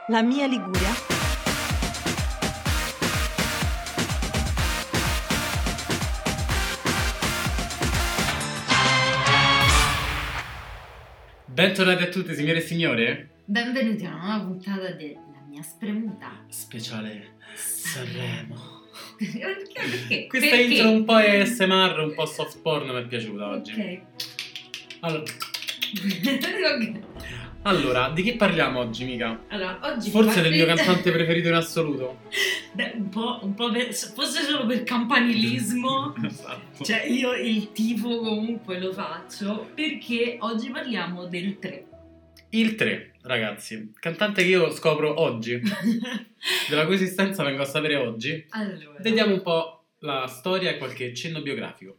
La mia Liguria. Bentornati a tutti signore e signore. Benvenuti a una nuova puntata della mia spremuta Speciale Sanremo. Perché? Questa intro un po' ASMR, un po' soft porn mi è piaciuta oggi. Ok. Allora, di che parliamo oggi, mica? Allora, oggi Forse del mio cantante preferito in assoluto. Beh, un po' forse solo per campanilismo. Esatto. Cioè, io il tifo comunque lo faccio perché oggi parliamo del 3. Il 3, ragazzi. Cantante che io scopro oggi. Della cui esistenza vengo a sapere oggi. Allora, Vediamo un po' la storia e qualche cenno biografico.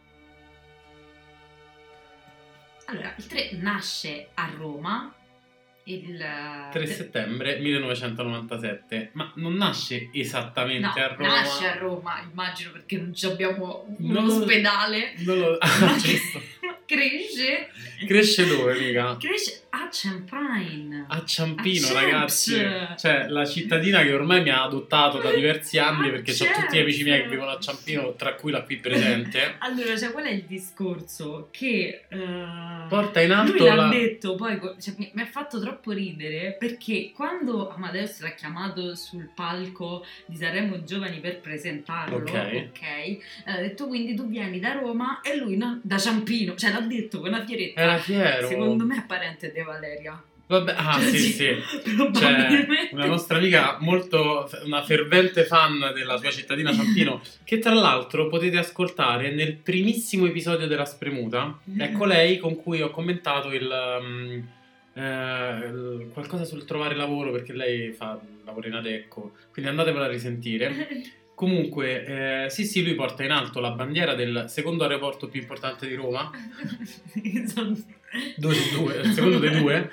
Allora, il 3 nasce a Roma il 3 settembre 1997, ma non nasce esattamente No, a Roma. nasce a Roma, immagino, perché non ci abbiamo un Non lo- ospedale. Non lo... Ma giusto. cresce Cresce dove, mica? a Champagne. A Ciampino, A Champs. ragazzi. Cioè, la cittadina che ormai mi ha adottato da diversi anni, perché ho tutti gli amici miei che vivono a Ciampino, tra cui la qui presente. Allora, cioè, qual è il discorso? Che Porta in alto lui l'ha la... detto, poi cioè, mi ha fatto troppo ridere, perché quando Amadeus l'ha chiamato sul palco di Sanremo Giovani per presentarlo, Ok. ha detto: quindi tu vieni da Roma, e lui no, da Ciampino, cioè l'ha detto con una fierezza. Era fiero. Secondo me è parente di Valeria. Vabbè, ah, Cioè, sì, sì. Cioè, probabilmente. una nostra amica molto, una fervente fan della sua cittadina Ciampino, che tra l'altro potete ascoltare nel primissimo episodio della Spremuta. Ecco lei con cui ho commentato qualcosa sul trovare lavoro, perché lei fa lavoro in Adecco, quindi andatevela a risentire. Comunque, sì, lui porta in alto la bandiera del secondo aeroporto più importante di Roma, il secondo dei due.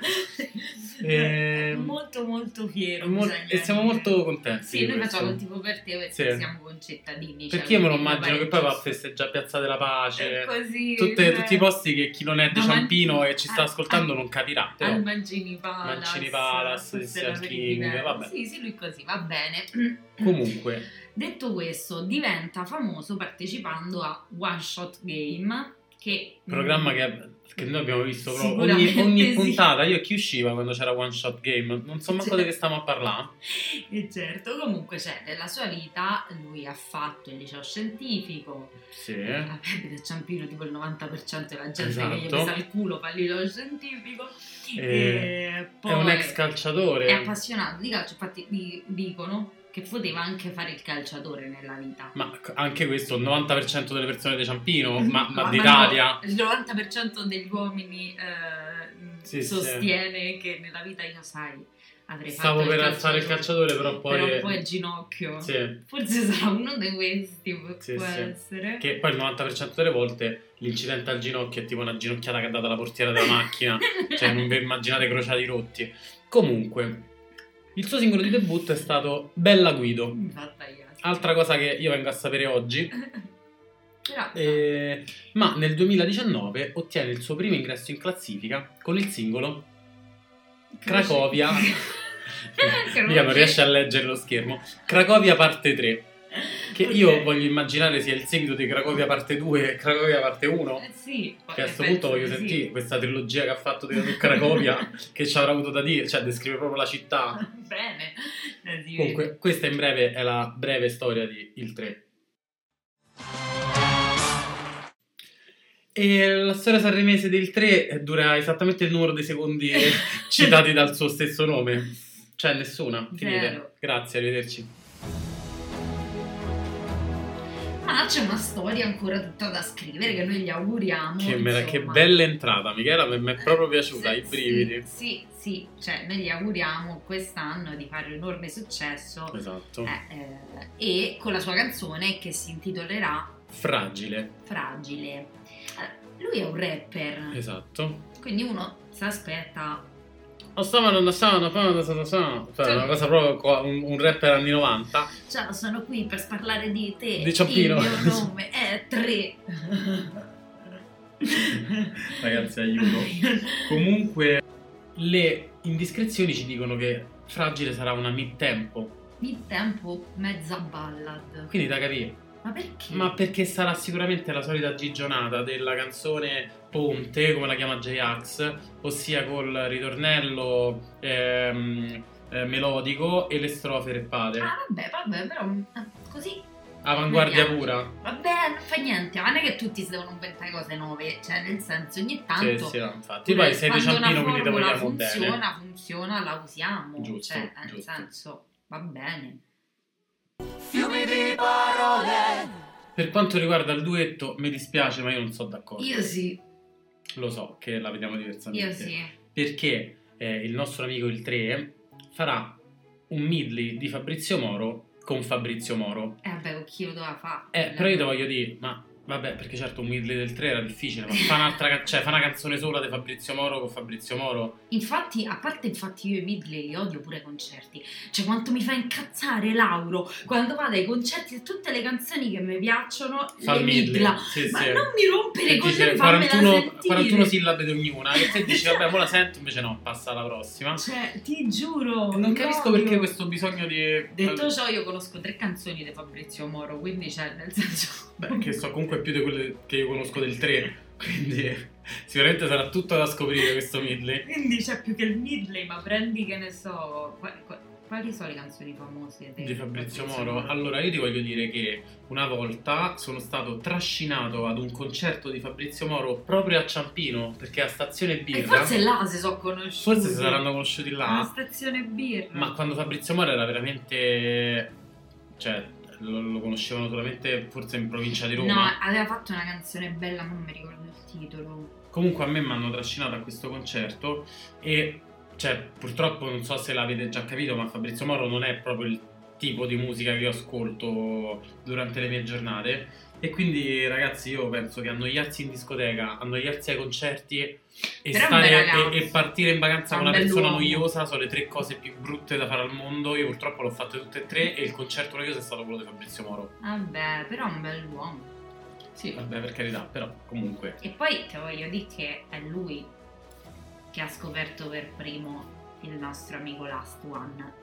Molto molto fiero, E siamo molto contenti. Sì, di noi questo. facciamo il tifo per te perché Sì. siamo concittadini. Perché io me lo quindi immagino che poi va a festeggiare a Piazza della Pace, così, tutti i posti che chi non è di No, Ciampino e ci sta al- ascoltando non capirà. Però al Mancini Palace, Mancini Palace, forse sì, era al per i King, diversi. vabbè. Sì, lui così, va bene. Comunque, Detto questo, diventa famoso partecipando a One Shot Game, che programma che noi abbiamo visto proprio Sicuramente ogni sì. puntata. Io chi usciva quando c'era One Shot Game? Non so manco di che stiamo a parlare. E certo, comunque nella sua vita lui ha fatto il liceo scientifico. Sì. Vabbè, da Ciampino tipo il 90% della gente che Esatto. gli pesa il culo fa il liceo scientifico. È un ex calciatore. È appassionato di calcio, infatti dicono che poteva anche fare il calciatore nella vita. Ma anche questo, il 90% delle persone di Ciampino, ma No, d'Italia. no, il 90% degli uomini Sì, sostiene che nella vita io, avrei Stavo fatto per fare il calciatore, però poi il ginocchio. Sì. Forse sarà uno di questi, può Sì. essere. Che poi il 90% delle volte l'incidente al ginocchio è tipo una ginocchiata che ha dato alla portiera della macchina. Cioè, non vi immaginate crociati rotti. Comunque, il suo singolo di debutto è stato Bella Guido. Altra cosa che io vengo a sapere oggi. Però, Ma nel 2019 ottiene il suo primo ingresso in classifica con il singolo Cracovia. Mica non riesce a leggere lo schermo. Cracovia parte 3. Che Ok. io voglio immaginare sia il seguito di Cracovia parte 2 e Cracovia parte 1. Sì, Che a questo punto voglio sentire questa trilogia che ha fatto di Cracovia, che ci avrà avuto da dire, cioè descrive proprio la città. Bene. Sì. Comunque, questa in breve è la breve storia di Il 3. E la storia sanremese del 3 dura esattamente il numero dei secondi citati dal suo stesso nome. Cioè nessuna. Finite. Zero. Grazie, arrivederci. Ma c'è una storia ancora tutta da scrivere che noi gli auguriamo. Che insomma. bella entrata, Michela, mi è proprio piaciuta, i brividi. Sì, cioè noi gli auguriamo quest'anno di fare un enorme successo. Esatto. E con la sua canzone che si intitolerà Fragile. Fragile. Lui è un rapper, Esatto. quindi uno si aspetta. Cioè, una cosa proprio un rapper anni 90. Ciao, sono qui per parlare di te. Di Ciampino. Il mio nome è 3. Ragazzi, aiuto. Comunque le indiscrezioni ci dicono che Fragile sarà una mid-tempo. Mid-tempo, mezza ballad. Quindi da capire. Ma perché? Ma perché sarà sicuramente la solita gigionata della canzone ponte, come la chiama J-Ax, ossia col ritornello melodico e le strofe rappate. Ah, vabbè, però così. Avanguardia mi piace. pura. Vabbè, non fa niente, ma non è che tutti si devono inventare cose nuove, cioè nel senso ogni tanto Sì, no, infatti. Poi sei di quando Ciampino, una quindi te formula vogliamo funziona, la usiamo, Giusto, cioè nel giusto. senso va bene. Fiumi di parole. Per quanto riguarda il duetto, mi dispiace, ma io non sono d'accordo. Io sì, Lo so che la vediamo diversamente. io sì. Perché il nostro amico il 3 farà un medley di Fabrizio Moro con Fabrizio Moro. Vabbè, con chi lo doveva fare? Però io ti voglio dire, ma vabbè, perché certo un medley del 3 era difficile, ma fa una canzone sola di Fabrizio Moro con Fabrizio Moro. Infatti, a parte io i medley li odio pure ai concerti. Cioè, quanto mi fa incazzare Lauro quando vado ai concerti e tutte le canzoni che mi piacciono Fa le il medley. migla. Sì, Ma sì. non mi rompere Che i coglioni, dice fammela 41 sentire. sillabe di ognuna. E te dici, vabbè, mo la sento, invece no, passa alla prossima. Cioè, ti giuro. Non capisco odio. perché questo bisogno di... Detto ciò, io conosco 3 canzoni di Fabrizio Moro, quindi cioè, nel senso... Beh, che so comunque più di quelle che io conosco del 3, quindi sicuramente sarà tutto da scoprire questo medley. Quindi c'è più che il medley, ma prendi che ne so... Quali sono le canzoni famose Di Fabrizio Moro? Allora, io ti voglio dire che una volta sono stato trascinato ad un concerto di Fabrizio Moro proprio a Ciampino, perché a Stazione E Birra... forse là si sono conosciuti. Forse si saranno conosciuti Alla là, stazione birra. ma quando Fabrizio Moro era veramente... cioè, lo conoscevano solamente forse in provincia di Roma. No, aveva fatto una canzone bella, ma non mi ricordo il titolo. Comunque a me mi hanno trascinato a questo concerto e, cioè, purtroppo non so se l'avete già capito, ma Fabrizio Moro non è proprio il tipo di musica che io ascolto durante le mie giornate. E quindi, ragazzi, io penso che annoiarsi in discoteca, annoiarsi ai concerti e, Però è un bel ragazzo. e partire in vacanza È con un una persona bell'uomo. noiosa sono le 3 cose più brutte da fare al mondo. Io purtroppo l'ho fatte tutte e 3 e il concerto noioso è stato quello di Fabrizio Moro. Vabbè, però è un bell'uomo. Sì, vabbè, per carità, però comunque. E poi te voglio dire che è lui che ha scoperto per primo il nostro amico Last One.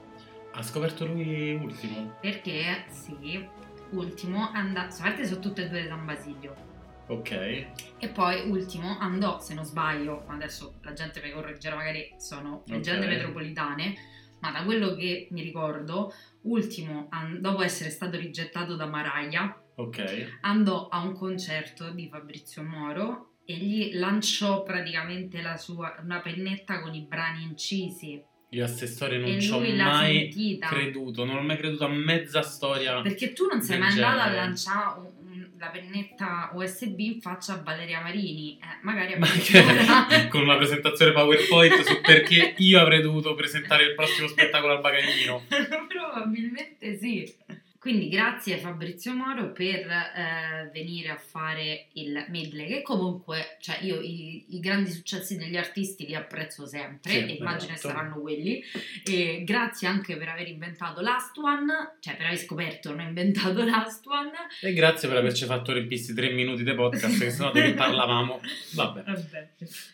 Ha scoperto lui ultimo. Perché, sì, ultimo andò... A parte sono tutte e due di San Basilio. Ok. E poi ultimo andò, se non sbaglio, ma adesso la gente mi correggerà, magari sono leggende Ok. metropolitane, ma da quello che mi ricordo, ultimo, dopo essere stato rigettato da Mariah, Ok. andò a un concerto di Fabrizio Moro e gli lanciò praticamente una pennetta con i brani incisi. Io a ste storie non E ci ho lui l'ha mai sentita. creduto, non ho mai creduto a mezza storia. Perché tu non sei del mai andato a genere. lanciare la pennetta USB in faccia a Valeria Marini, magari a Ma mezz'ora. che con una presentazione PowerPoint su perché io avrei dovuto presentare il prossimo spettacolo al bagaglino. Probabilmente sì. Quindi grazie Fabrizio Moro per venire a fare il medley, che comunque, cioè io i grandi successi degli artisti li apprezzo sempre, Sì, e immagino esatto. saranno quelli. E grazie anche per aver inventato Last One, cioè per aver scoperto, non inventato Last One. E grazie per averci fatto riempirsi 3 minuti di podcast, che sennò di che parlavamo. Vabbè. Vabbè.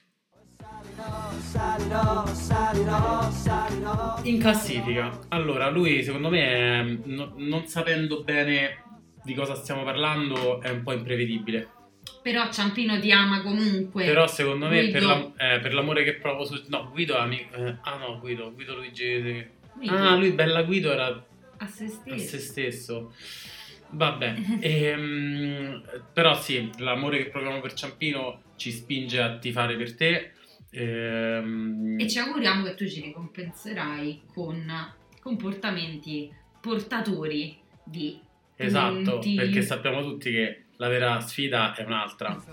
In classifica, allora lui secondo me è, non sapendo bene di cosa stiamo parlando, è un po' imprevedibile. Però Ciampino ti ama comunque. Però secondo me Guido. per l'amore che provo su... No, Guido è amico... Guido Luigi... Guido. Ah, lui Bella Guido era A se a stesso. se stesso. Vabbè, però sì, l'amore che proviamo per Ciampino ci spinge a tifare per te. E ci auguriamo che tu ci ricompenserai con comportamenti portatori di Esatto, punti. perché sappiamo tutti che la vera sfida è un'altra.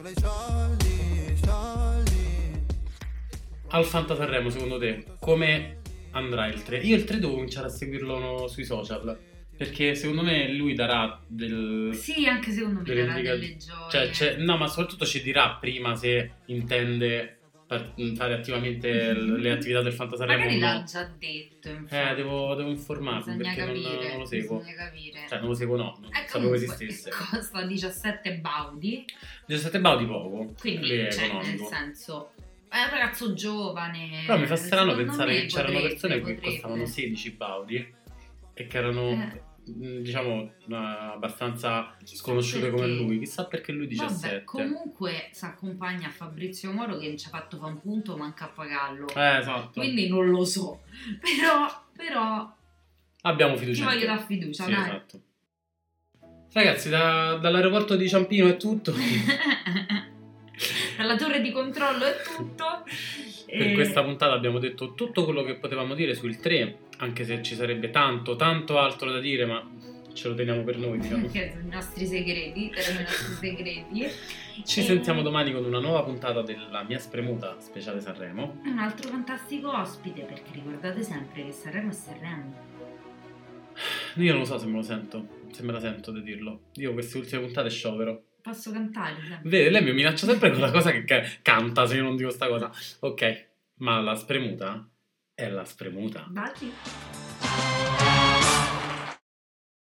Al Fanta Sanremo, secondo te, come andrà il 3? Io il 3 devo cominciare a seguirlo sui social, perché secondo me lui darà Sì, anche secondo me delle darà indica- delle gioie. Cioè, no, ma soprattutto ci dirà prima se intende fare attivamente le attività del Fanta Sanremo Magari o l'ha no. già detto, infatti. Devo informarmi Bisogna perché capire, non lo seguo. bisogna capire. Cioè, non lo seguo, no, non E sapevo comunque, esistesse. costa 17 baudi, 17 baudi poco, quindi lì è cioè, nel economico. senso È un ragazzo giovane. Però mi fa strano secondo pensare me che c'erano persone che potrebbe. costavano 16 baudi e che erano, diciamo, abbastanza sconosciute come perché. lui. Chissà perché lui 17. Vabbè, comunque si accompagna a Fabrizio Moro che non ci ha fatto fa un punto, manca a pagarlo. Esatto. Quindi non lo so. Però Abbiamo ti fiducia in voglio te. dare fiducia, Sì, dai. esatto. Ragazzi, dall'aeroporto di Ciampino è tutto. Dalla torre di controllo è tutto. Per questa puntata abbiamo detto tutto quello che potevamo dire sul 3, anche se ci sarebbe tanto altro da dire, ma ce lo teniamo per noi, diciamo. Che sono i nostri segreti, erano i nostri segreti. Ci sentiamo domani con una nuova puntata della Mia Spremuta speciale Sanremo. Un altro fantastico ospite, perché ricordate sempre che Sanremo è Sanremo. Io non lo so se me lo sento, se me la sento di dirlo. Io queste ultime puntate sciopero. Posso cantare sempre? Vede, lei mi minaccia sempre con la cosa che canta se io non dico sta cosa. Ok, ma la spremuta è la spremuta. Baci.